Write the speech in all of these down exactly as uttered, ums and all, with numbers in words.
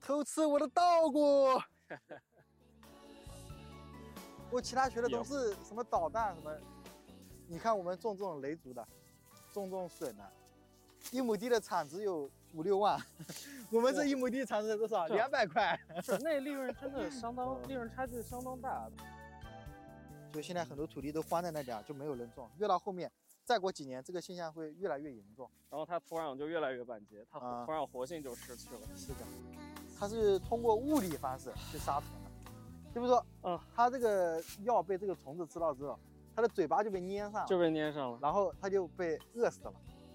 偷吃我的稻谷。我其他学的都是什么导弹什么，你看我们种这种雷族的，种这种笋的，一亩地的产值有五六万，我们这一亩地产值多少？两百块。 是，那利润真的相当，利润差距相当大。 就现在很多土地都荒在那点，就没有人种，越到后面，再过几年，这个现象会越来越严重。 然后它土壤就越来越板结，它土壤活性就失去了。 是的，它是通过物理方式去杀虫的。就比如说，嗯，它这个药被这个虫子吃到之后，它的嘴巴就被粘上了， 就被粘上了， 然后它就被饿死了。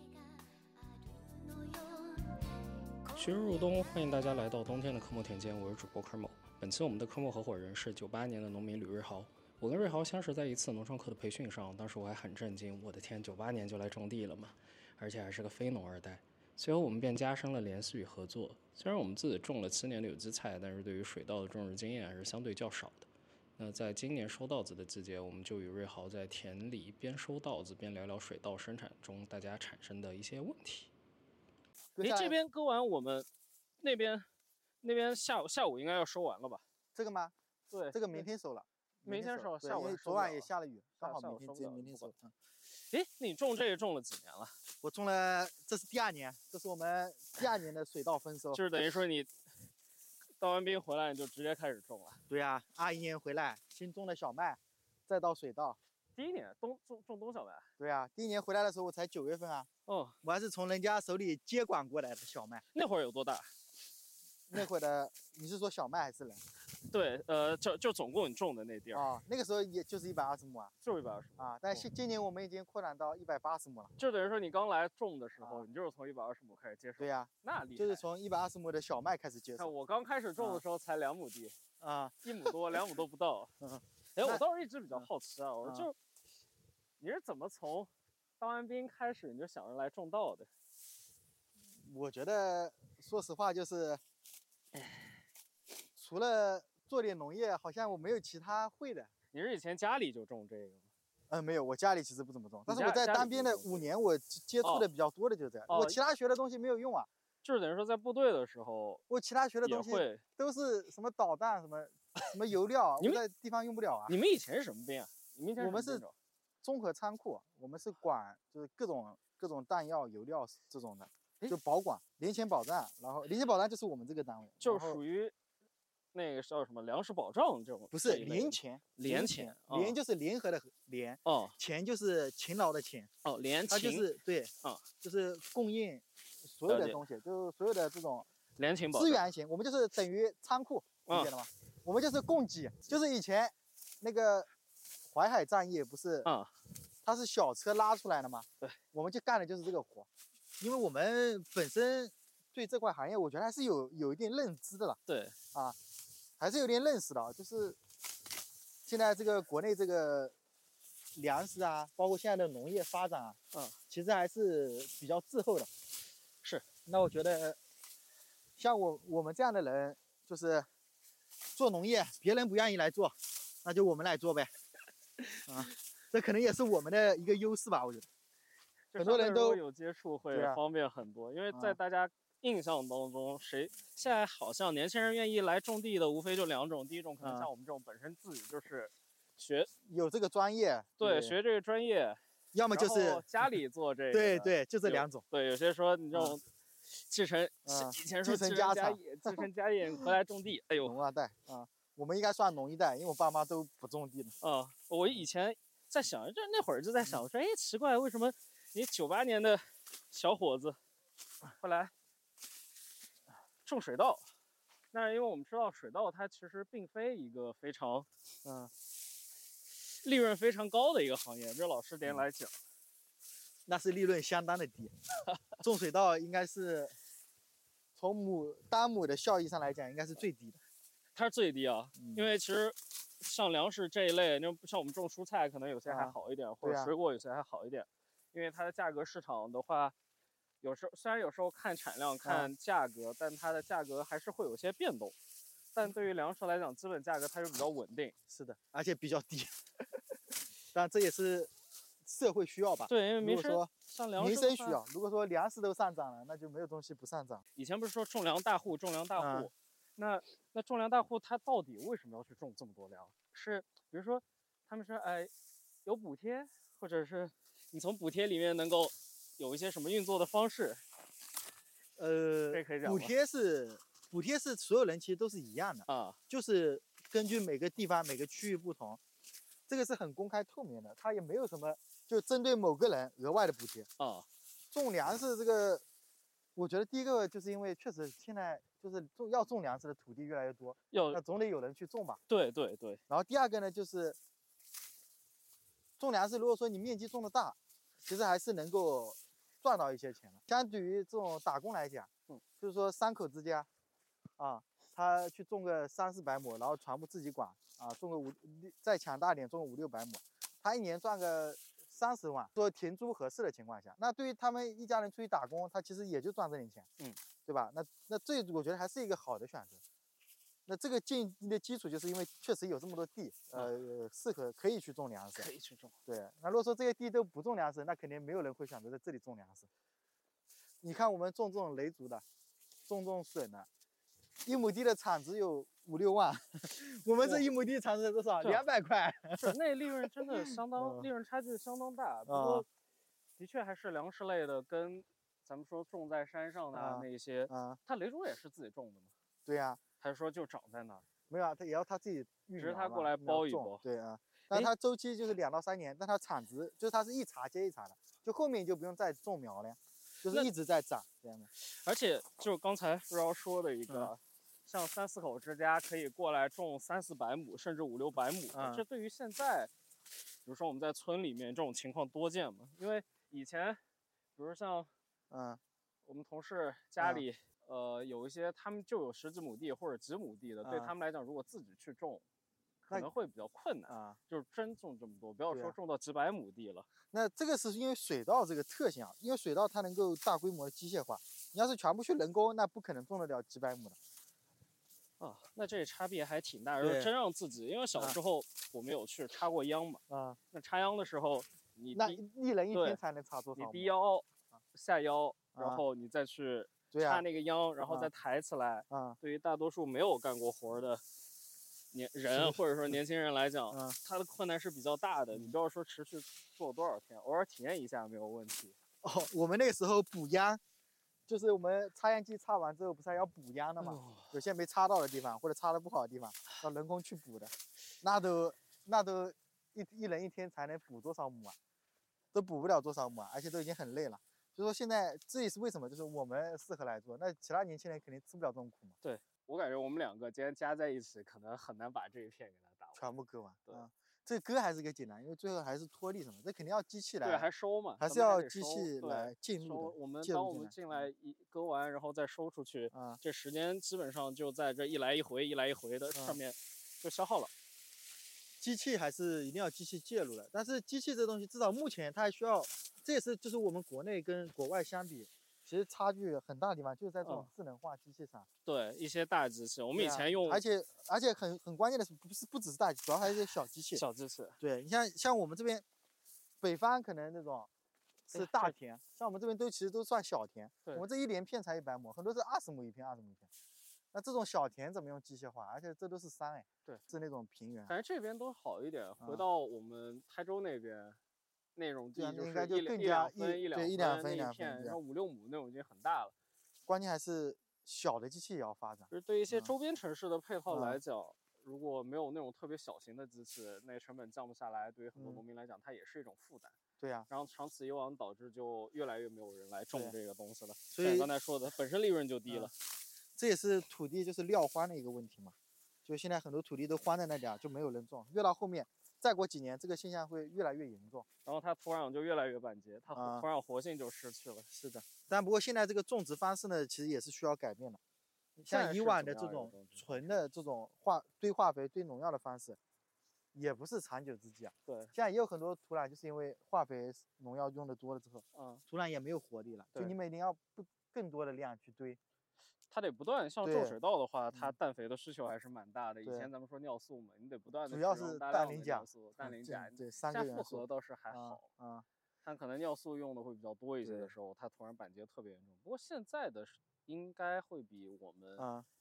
旭日入冬，欢迎大家来到冬天的科莫田间，我是主播科某。本期我们的科莫合伙人是九八年的农民吕瑞豪。我跟瑞豪相识在一次农创课的培训上，当时我还很震惊，我的天，九八年就来种地了吗？而且还是个非农二代。随后我们便加深了联系与合作。虽然我们自己种了七年的有机菜，但是对于水稻的种植经验还是相对较少的。那在今年收稻子的季节，我们就与瑞豪在田里边收稻子边聊聊水稻生产中大家产生的一些问题。 你这边割完，我们那边那边下午下午应该要收完了吧？ 这个吗？ 对， 这个明天收了， 明天收，下午因为昨晚也下了雨，刚好明天直接明天收。 哎，你种这个种了几年了？ 我种了，这是第二年，这是我们第二年的水稻丰收。 就是等于说你当完兵回来你就直接开始种了。 对呀、啊，二一年回来，先种了小麦，再到水稻。 第一年冬种种冬小麦。 对呀、啊，第一年回来的时候我才九月份啊。 哦， 我还是从人家手里接管过来的小麦。 那会儿有多大？ 那会儿的，你是说小麦还是人？ 对，呃，就就总共你种的那地儿啊、哦，那个时候也就是一百二十亩啊， 就是一百二十亩啊。但是今年我们已经扩展到一百八十亩了。 就等于说你刚来种的时候，啊、你就是从一百二十亩开始接手。 对呀、啊， 那厉害， 就是从一百二十亩的小麦开始接手。 看我刚开始种的时候才两亩地啊， 一亩多，两亩都不到。嗯，哎，我倒是一直比较好奇啊，嗯、我就你是怎么从当完兵开始你就想着来种稻的？ 我觉得，说实话，就是，除了做点农业，好像我没有其他会的。 你是以前家里就种这个吗？ 嗯、呃，没有，我家里其实不怎么种，但是我在当兵的五年，我接触的比较多的就是这样。哦、我其他学的东西没有用啊。 就是等于说在部队的时候， 我其他学的东西都是什么导弹、什么什么油料，我在地方用不了啊。 你们以前是什么兵啊？你们以前我们是综合仓库，我们是管就是各种各种弹药、油料这种的。就保管联勤保障，然后联勤保障就是我们这个单位， 就属于那个叫什么粮食保障这种。 不是联勤， 联勤， 联就是联合的联， 哦， 勤就是勤劳的勤， 哦，联勤， 它就是对， 啊， 就是供应所有的东西，就所有的这种联勤资源型，我们就是等于仓库，理解了吗？我们就是供给，就是以前那个淮海战役不是， 啊， 它是小车拉出来的嘛， 对， 我们就干的就是这个活。因为我们本身对这块行业，我觉得还是有有一定认知的了。 对啊，还是有点认识的。就是现在这个国内这个粮食啊，包括现在的农业发展啊， 嗯， 其实还是比较滞后的。 是， 那我觉得像我我们这样的人，就是做农业，别人不愿意来做，那就我们来做呗。啊，这可能也是我们的一个优势吧，我觉得。很多人都有接触会方便很多，啊、因为在大家印象当中，谁现在好像年轻人愿意来种地的，无非就两种。第一种可能像我们这种本身自己就是学有这个专业， 对，学这个专业， 要么就是家里做这个， 对对，就这两种。 对，有些说你这种继承， 嗯、 以前说继承家产， 继承家业回来种地，哎呦， 农二代啊，我们应该算农一代，因为我爸妈都不种地的。 啊、嗯，我以前在想，这那会儿就在想，我说，哎，奇怪，为什么？你九八年的小伙子，后来种水稻，但是因为我们知道水稻它其实并非一个非常嗯利润非常高的一个行业，这老师点来讲， 那是利润相当的低。种水稻应该是从亩单亩的效益上来讲，应该是最低的。 它是最低啊，嗯、因为其实像粮食这一类，就像我们种蔬菜，可能有些还好一点，啊、或者水果有些还好一点。因为它的价格市场的话，有时候虽然有时候看产量、看价格，嗯、但它的价格还是会有些变动。但对于粮食来讲，基本价格它是比较稳定。 是的，而且比较低。但这也是社会需要吧？ 对，因为民生说像粮食民生需要。如果说粮食都上涨了，那就没有东西不上涨。 以前不是说种粮大户，种粮大户，嗯、 那那种粮大户他到底为什么要去种这么多粮？是比如说他们说哎有补贴，或者是你从补贴里面能够有一些什么运作的方式？ 呃，补贴是补贴是所有人其实都是一样的啊， 就是根据每个地方每个区域不同，这个是很公开透明的，它也没有什么就针对某个人额外的补贴啊。 种粮食这个，我觉得第一个就是因为确实现在就是种要种粮食的土地越来越多， 要那总得有人去种吧。 对对对。 然后第二个呢，就是种粮食，如果说你面积种的大，其实还是能够赚到一些钱的。相对于这种打工来讲， 嗯， 就是说三口之家，啊，他去种个三四百亩，然后全部自己管啊，种个五再强大点，种个五六百亩，他一年赚个三十万。说田租合适的情况下，那对于他们一家人出去打工，他其实也就赚这点钱， 嗯， 对吧？那那这我觉得还是一个好的选择。那这个建立的基础就是因为确实有这么多地，呃，适合可以去种粮食， 可以去种。 对，那如果说这些地都不种粮食，那肯定没有人会选择在这里种粮食。你看我们种这种雷竹的，种种笋的，一亩地的产值有五六万，我们这一亩地产值多少？两百块。 是，那利润真的相当，利润差距相当大。不过，的确还是粮食类的，跟咱们说种在山上的、啊、那些， 啊， 它雷竹也是自己种的吗？ 对呀、啊， 还是说就长在那儿？ 没有啊，他也要他自己育苗， 只是他过来包一包。 对啊，但它周期就是两到三年，但它产值就是它是一茬接一茬的，就后面就不用再种苗了，就是一直在长这样的。 而且就刚才富饶说的一个， 嗯、 像三四口之家可以过来种三四百亩，甚至五六百亩， 嗯、 这对于现在，比如说我们在村里面这种情况多见嘛？因为以前，比如像， 嗯， 我们同事家里。嗯呃，有一些他们就有十几亩地或者几亩地的， 啊、 对他们来讲，如果自己去种，可能会比较困难啊。 就是真种这么多，不要说种到几百亩地了。啊、 那这个是因为水稻这个特性啊，因为水稻它能够大规模的机械化，你要是全部去人工，那不可能种得了几百亩的。 啊，那这差别还挺大。如果真让自己，因为小时候我们有去插过秧嘛， 啊， 那插秧的时候，你那一人一天才能插多少？ 你低腰、下腰，然后你再去。插那个秧，然后再抬起来。 啊， 对于大多数没有干过活的年人或者说年轻人来讲， 啊、 他的困难是比较大的。你不要说持续做多少天，偶尔体验一下没有问题。 哦，我们那个时候补秧，就是我们插秧机插完之后，不是还要补秧的嘛？哦、有些没插到的地方或者插的不好的地方，要人工去补的，那都那都一一人一天才能补多少亩啊？都补不了多少亩啊，而且都已经很累了。所以说现在这也是为什么，就是我们适合来做，那其他年轻人肯定吃不了这种苦嘛。 对，我感觉我们两个今天加在一起，可能很难把这一片给它打完， 全部割完。 对， 嗯，这割还是个简单，因为最后还是脱粒什么，这肯定要机器来。 对，还收嘛， 还是要机器来进入的。 我们当我们进来一割完，然后再收出去， 啊、嗯， 这时间基本上就在这一来一回、一来一回的上面就消耗了。 嗯、机器还是一定要机器介入的，但是机器这东西至少目前它还需要。这也是就是我们国内跟国外相比，其实差距很大的地方，就是在这种智能化机器上。 嗯、对一些大机器，我们以前用， 啊、而且而且很很关键的是，不是不只是大机器，主要还有一些小机器。 小机器。 对你像像我们这边，北方可能那种是大田，像我们这边都其实都算小田。我们这一连片才一百亩，很多是二十亩一片，二十亩一片。那这种小田怎么用机械化？而且这都是山哎， 对， 是那种平原。 反正这边都好一点。回到我们台州那边。那种地应该就更加一分一两分一两分一两分，然后五六亩那种已经很大了。 关键还是小的机器也要发展。 就是对一些周边城市的配套来讲，嗯、如果没有那种特别小型的机器，那成本降不下来，对于很多农民来讲，它也是一种负担。 对呀、啊。 然后长此以往，导致就越来越没有人来种这个东西了。 所以刚才说的，本身利润就低了、 嗯。这也是土地就是撂荒的一个问题嘛。就现在很多土地都荒在那点，就没有人种，越到后面。再过几年，这个现象会越来越严重， 然后它土壤就越来越板结，它土壤活性就失去了。 嗯、是的，但不过现在这个种植方式呢，其实也是需要改变的。像以往的这种纯的这种化堆化肥、堆农药的方式，也不是长久之计啊。 对， 现在也有很多土壤就是因为化肥、农药用的多了之后， 嗯， 土壤也没有活力了，就你每年要不更多的量去堆。 它得不断，像种水稻的话，它氮肥的需求还是蛮大的。以前咱们说尿素嘛，你得不断的主要是氮磷钾、 氮磷钾， 对三个元素。 复合倒是还好啊， 它可能尿素用的会比较多一些的时候，它土壤板结特别严重。不过现在的应该会比我们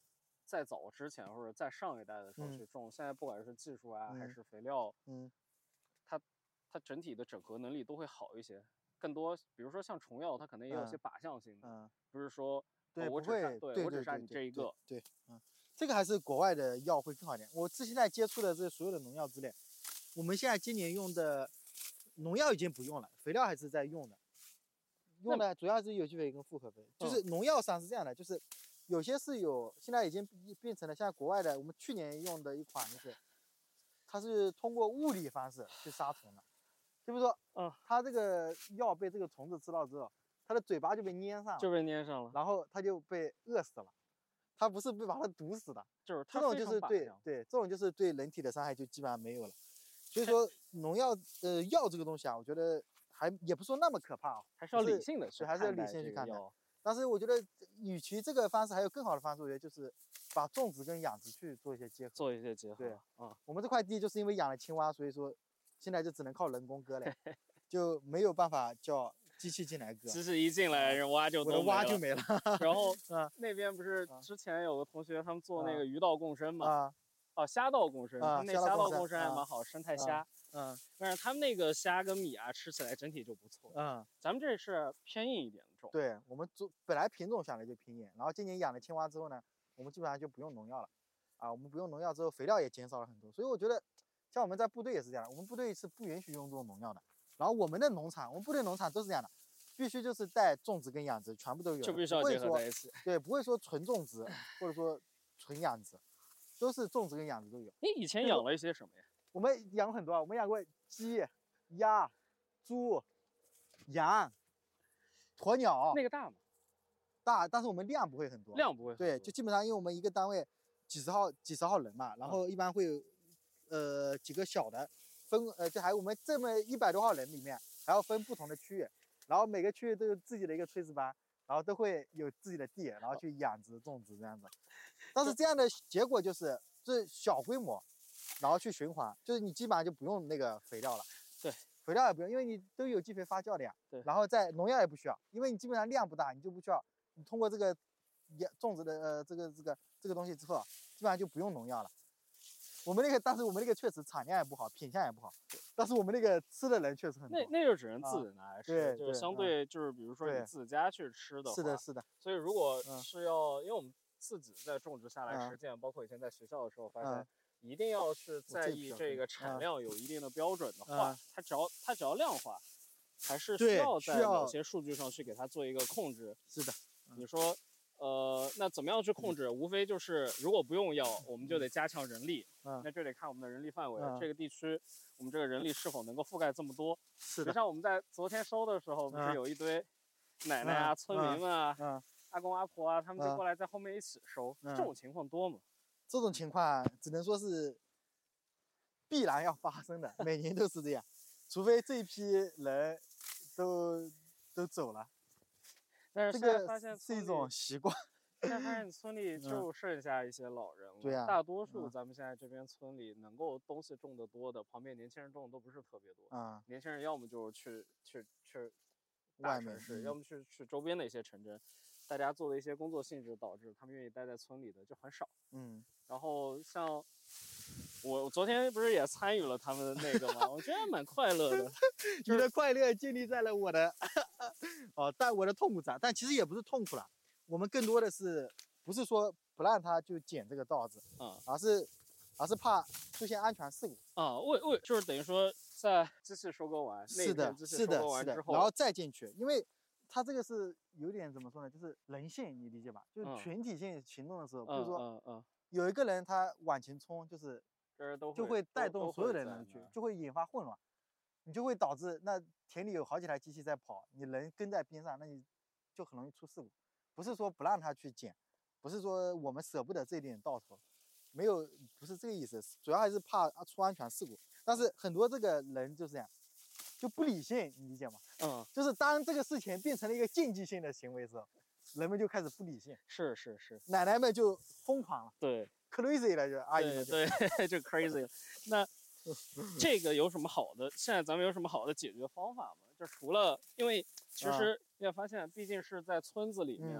再早之前或者再上一代的时候嗯去种，现在不管是技术啊、 嗯还是肥料， 嗯它它整体的整合能力都会好一些。更多，比如说像虫药，它可能也有些嗯靶向性的， 嗯， 不是说对， 哦、我不只杀会，对对我只杀对对对你这一个。 对，对，嗯，这个还是国外的药会更好一点。我至现在接触的这所有的农药之类，我们现在今年用的农药已经不用了，肥料还是在用的。用的主要是有机肥跟复合肥，就是农药上是这样的，就是有些是有，现在已经变成了像国外的，我们去年用的一款就是，它是通过物理方式去杀虫的，就比如说， 嗯， 它这个药被这个虫子吃到之后，它的嘴巴就被粘上了， 就被粘上了， 然后它就被饿死了，它不是被把它毒死的， 就是这种就是对对，这种就是对人体的伤害就基本上没有了。所以说农药呃药这个东西啊，我觉得还也不说那么可怕啊， 还是要理性的去还是要理性去看待。但是我觉得，与其这个方式，还有更好的方式，我觉得就是把种植跟养殖去做一些结合， 做一些结合。 对， 嗯， 我们这块地就是因为养了青蛙，所以说现在就只能靠人工割了，就没有办法叫机器进来割。 机器一进来，人蛙就都蛙就没了。 然后那边不是之前有个同学他们做那个鱼稻共生嘛？ 啊。 哦，虾稻共生，他们那虾稻共生还蛮好，生态虾。 嗯， 但是他们那个虾跟米啊，吃起来整体就不错。 嗯， 咱们这是偏硬一点的种。 对，我们种本来品种下来就偏硬，然后今年养了青蛙之后呢，我们基本上就不用农药了，啊，我们不用农药之后，肥料也减少了很多。所以我觉得，像我们在部队也是这样，我们部队是不允许用这种农药的。然后我们的农场，我们部队农场都是这样的，必须就是带种植跟养殖全部都有， 就必须要结合在一起。 对，不会说纯种植或者说纯养殖。都是种植跟养殖都有。 你以前养了一些什么呀？ 我们养过很多，我们养过鸡、鸭、猪、羊、鸵鸟。 那个大吗？ 大，但是我们量不会很多。 量不会很多。 对，就基本上因为我们一个单位几十号几十号人嘛，然后一般会有呃几个小的分呃，就还有我们这么一百多号人里面还要分不同的区域，然后每个区域都有自己的一个炊事班。然后都会有自己的地，然后去养殖、种植这样子。但是这样的结果就是，是小规模，然后去循环，就是你基本上就不用那个肥料了。 对， 肥料也不用，因为你都有机肥发酵的呀。 对。 然后在农药也不需要，因为你基本上量不大，你就不需要。你通过这个也种植的呃这个这个这个东西之后，基本上就不用农药了。我们那个，但是我们那个确实产量也不好，品相也不好。但是我们那个吃的人确实很多。 那那就只能自己拿来吃， 啊、 就是相对就是比如说你自家去吃的话， 是的，是的。 所以如果是要，嗯、因为我们自己在种植下来嗯、 实践，包括以前在学校的时候发现，嗯、一定要是在意这个产量有一定的标准的话， 嗯、 它只要它只要量化，还是需要在某些数据上去给它做一个控制。 是的， 嗯、你说。呃，那怎么样去控制？无非就是如果不用药，我们就得加强人力， 嗯， 那就得看我们的人力范围， 嗯、 这个地区我们这个人力是否能够覆盖这么多。 是的， 就像我们在昨天收的时候，不是有一堆奶奶啊、 嗯、 村民们啊、 嗯、 阿公阿婆啊，他们就过来在后面一起收， 嗯、 这种情况多吗？ 这种情况只能说是必然要发生的，每年都是这样，除非这一批人都都走了。 但是这个是一种习惯。 现在发现村里就剩下一些老人了， 对呀、啊， 大多数咱们现在这边村里能够东西种得多的，旁边年轻人种的都不是特别多。 啊、嗯， 年轻人要么就是去去去大城市， 嗯、 要么去去周边的一些城镇，大家做的一些工作性质导致他们愿意待在村里的就很少。 嗯， 然后像。我昨天不是也参与了他们的那个吗？我觉得蛮快乐的。 你的快乐建立在了我的哦，但我的痛苦上，但其实也不是痛苦了。我们更多的是不是说不让他就捡这个稻子， 嗯， 而是而是怕出现安全事故啊。为为就是等于说在机器收割完， 是的，是的，是的，然后再进去，因为它这个是有点怎么说呢，就是人性，你理解吧？就是群体性行动的时候，比如说， 嗯嗯， 有一个人他往前冲，就是。就会带动所有的人去，就会引发混乱，你就会导致那田里有好几台机器在跑，你人跟在边上，那你就很容易出事故。不是说不让他去捡，不是说我们舍不得这点稻头，没有，不是这个意思，主要还是怕出安全事故。但是很多这个人就是这样，就不理性，你理解吗？ 嗯， 就是当这个事情变成了一个竞技性的行为的时候，人们就开始不理性， 是是是， 奶奶们就疯狂了， 对。 crazy 了就阿姨们对对就 crazy 了。那这个有什么好的？现在咱们有什么好的解决方法吗？就除了因为其实你也发现，毕竟是在村子里面， 嗯、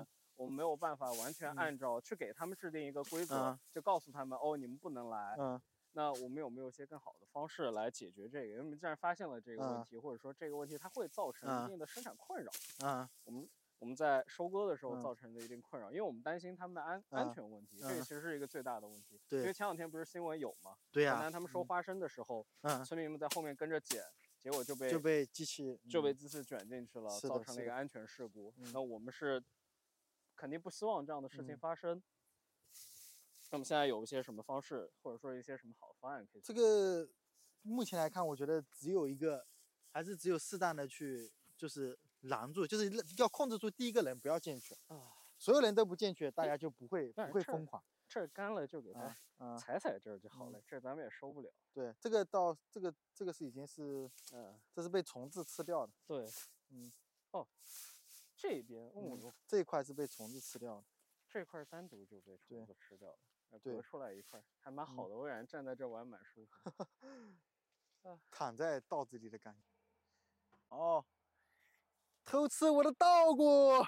我们没有办法完全按照、嗯、去给他们制定一个规则、嗯，就告诉他们哦，你们不能来。 嗯， 那我们有没有一些更好的方式来解决这个？因为我们既然发现了这个问题，嗯、或者说这个问题它会造成一定的生产困扰， 嗯， 我们我们在收割的时候造成的一定困扰，因为我们担心他们的安、嗯、安全问题，这个其实是一个最大的问题。 对， 因为前两天不是新闻有吗？ 对呀、啊， 河南他们收花生的时候，嗯，村民们在后面跟着捡。结果就被就被机器就被机器卷进去了，嗯、造成了一个安全事故。那我们是肯定不希望这样的事情发生。嗯、那么现在有一些什么方式，或者说一些什么好的方案可以？ 这个目前来看，我觉得只有一个，还是只有适当的去就是拦住，就是要控制住第一个人不要进去啊。所有人都不进去，大家就不会不会疯狂。 这儿干了就给它踩踩这儿就好了，嗯、这咱们也收不了。 对，这个到这个这个是已经是，嗯，这是被虫子吃掉的。 对，嗯，哦，这边，嗯， 嗯这一块是被虫子吃掉的， 这块单独就被虫子吃掉了，隔出来一块，还蛮好的。我感觉站在这玩蛮舒服， 啊，躺在稻子里的感觉。哦，偷吃我的稻谷。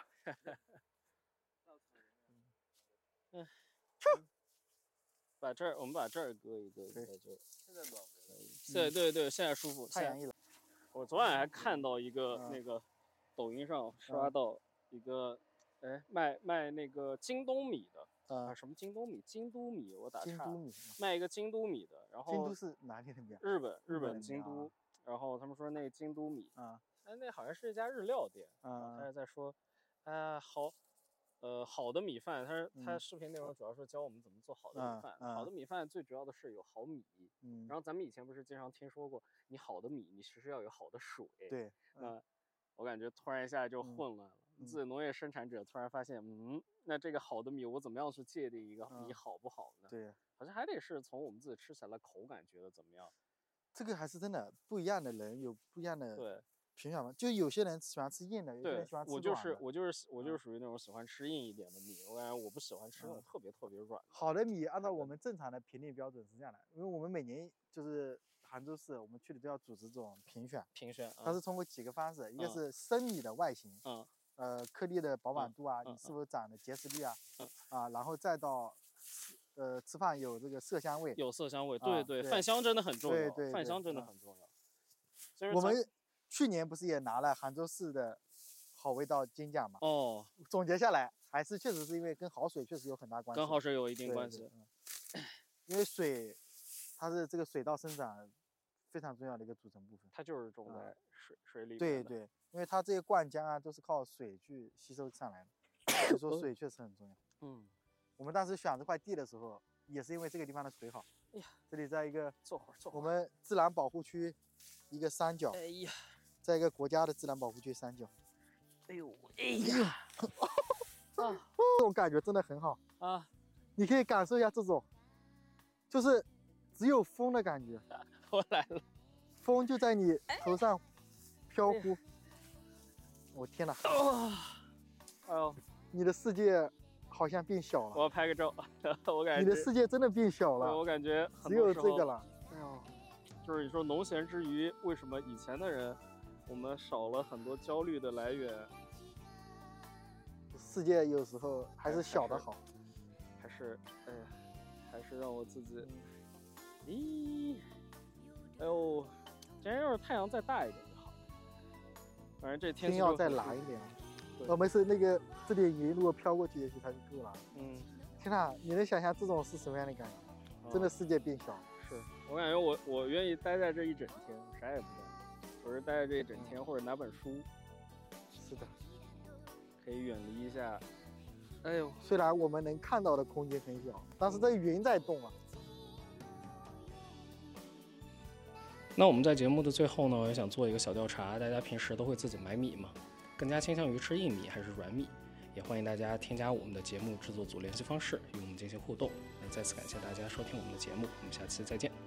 嗯。把这儿，我们把这儿割一割，在这。现在暖和了。对对对，现在舒服。 太阳一来。 我昨晚还看到一个、嗯、那个，抖音上刷到一个，哎、嗯，卖卖那个京东米的， 嗯、 啊，什么京东米？京都米，我打岔。 京都米。 卖一个京都米的，然后。 京都是哪里的米？ 日本，日本京都。然后他们说那京都米， 啊， 哎，那好像是一家日料店， 啊， 他是在说，啊，好。呃，好的米饭，它它视频内容主要是教我们怎么做好的米饭。 嗯、 好的米饭最主要的是有好米， 嗯， 然后咱们以前不是经常听说过，你好的米，你其实要有好的水。 对， 那、嗯、我感觉突然一下就混乱了。 嗯、 自己农业生产者突然发现，嗯，那这个好的米，我怎么样去界定一个米好不好呢？ 嗯、对， 好像还得是从我们自己吃起来的口感觉得怎么样。 这个还是真的不一样的人有不一样的对。 品相嘛，就有些人喜欢吃硬的，有些人喜欢吃软的。 我就是我就是我就是属于那种喜欢吃硬一点的米，我感觉我不喜欢吃那种特别特别软的。 好的米按照我们正常的评定标准是这样的，因为我们每年就是杭州市我们去的都要组织这种评选， 评选， 它是通过几个方式，一个是生米的外形， 嗯， 呃，颗粒的饱满度啊，你是否长的结实率啊，啊，然后再到。呃，吃饭有这个色香味， 有色香味，对对，饭香真的很重要， 对对， 饭香真的很重要。 我们去年不是也拿了杭州市的好味道金奖嘛？ 哦， 总结下来还是确实是因为跟好水确实有很大关系， 跟好水有一定关系。 嗯、因为水，它是这个水稻生长非常重要的一个组成部分。 它就是种在水、嗯、水里面。 对对，因为它这些灌浆啊都是靠水去吸收上来的，所以说水确实很重要。 嗯。 我们当时选这块地的时候，也是因为这个地方的水好。 哎呀， 这里在一个坐会儿坐会儿， 我们自然保护区一个山脚。 哎呀， 在一个国家的自然保护区山脚。 哎呦，哎呀， 啊，这种感觉真的很好啊！ 你可以感受一下这种，就是只有风的感觉。 我来了， 风就在你头上飘忽。哎、我天哪！ 啊，哎呦， 你的世界。好像变小了， 我要拍个照。我感觉你的世界真的变小了。 我感觉只有这个了。 哎呦，就是你说农闲之余，为什么以前的人，我们少了很多焦虑的来源？ 世界有时候还是小的好。 还是，哎呀，还是让我自己。咦，哎呦，今天要是太阳再大一点就好。反正这天气要再蓝一点。哦，没事，那个这点云如果飘过去，也许它就够了。 嗯， 天哪，你能想象这种是什么样的感觉？真的世界变小。 是我感觉我我愿意待在这一整天，啥也不干，我是待在这一整天，或者拿本书。 是的， 可以远离一下。哎呦， 虽然我们能看到的空间很小，但是这云在动啊。 那我们在节目的最后呢，我也想做一个小调查，大家平时都会自己买米吗？更加倾向于吃硬米还是软米？也欢迎大家添加我们的节目制作组联系方式，与我们进行互动。那再次感谢大家收听我们的节目，我们下期再见。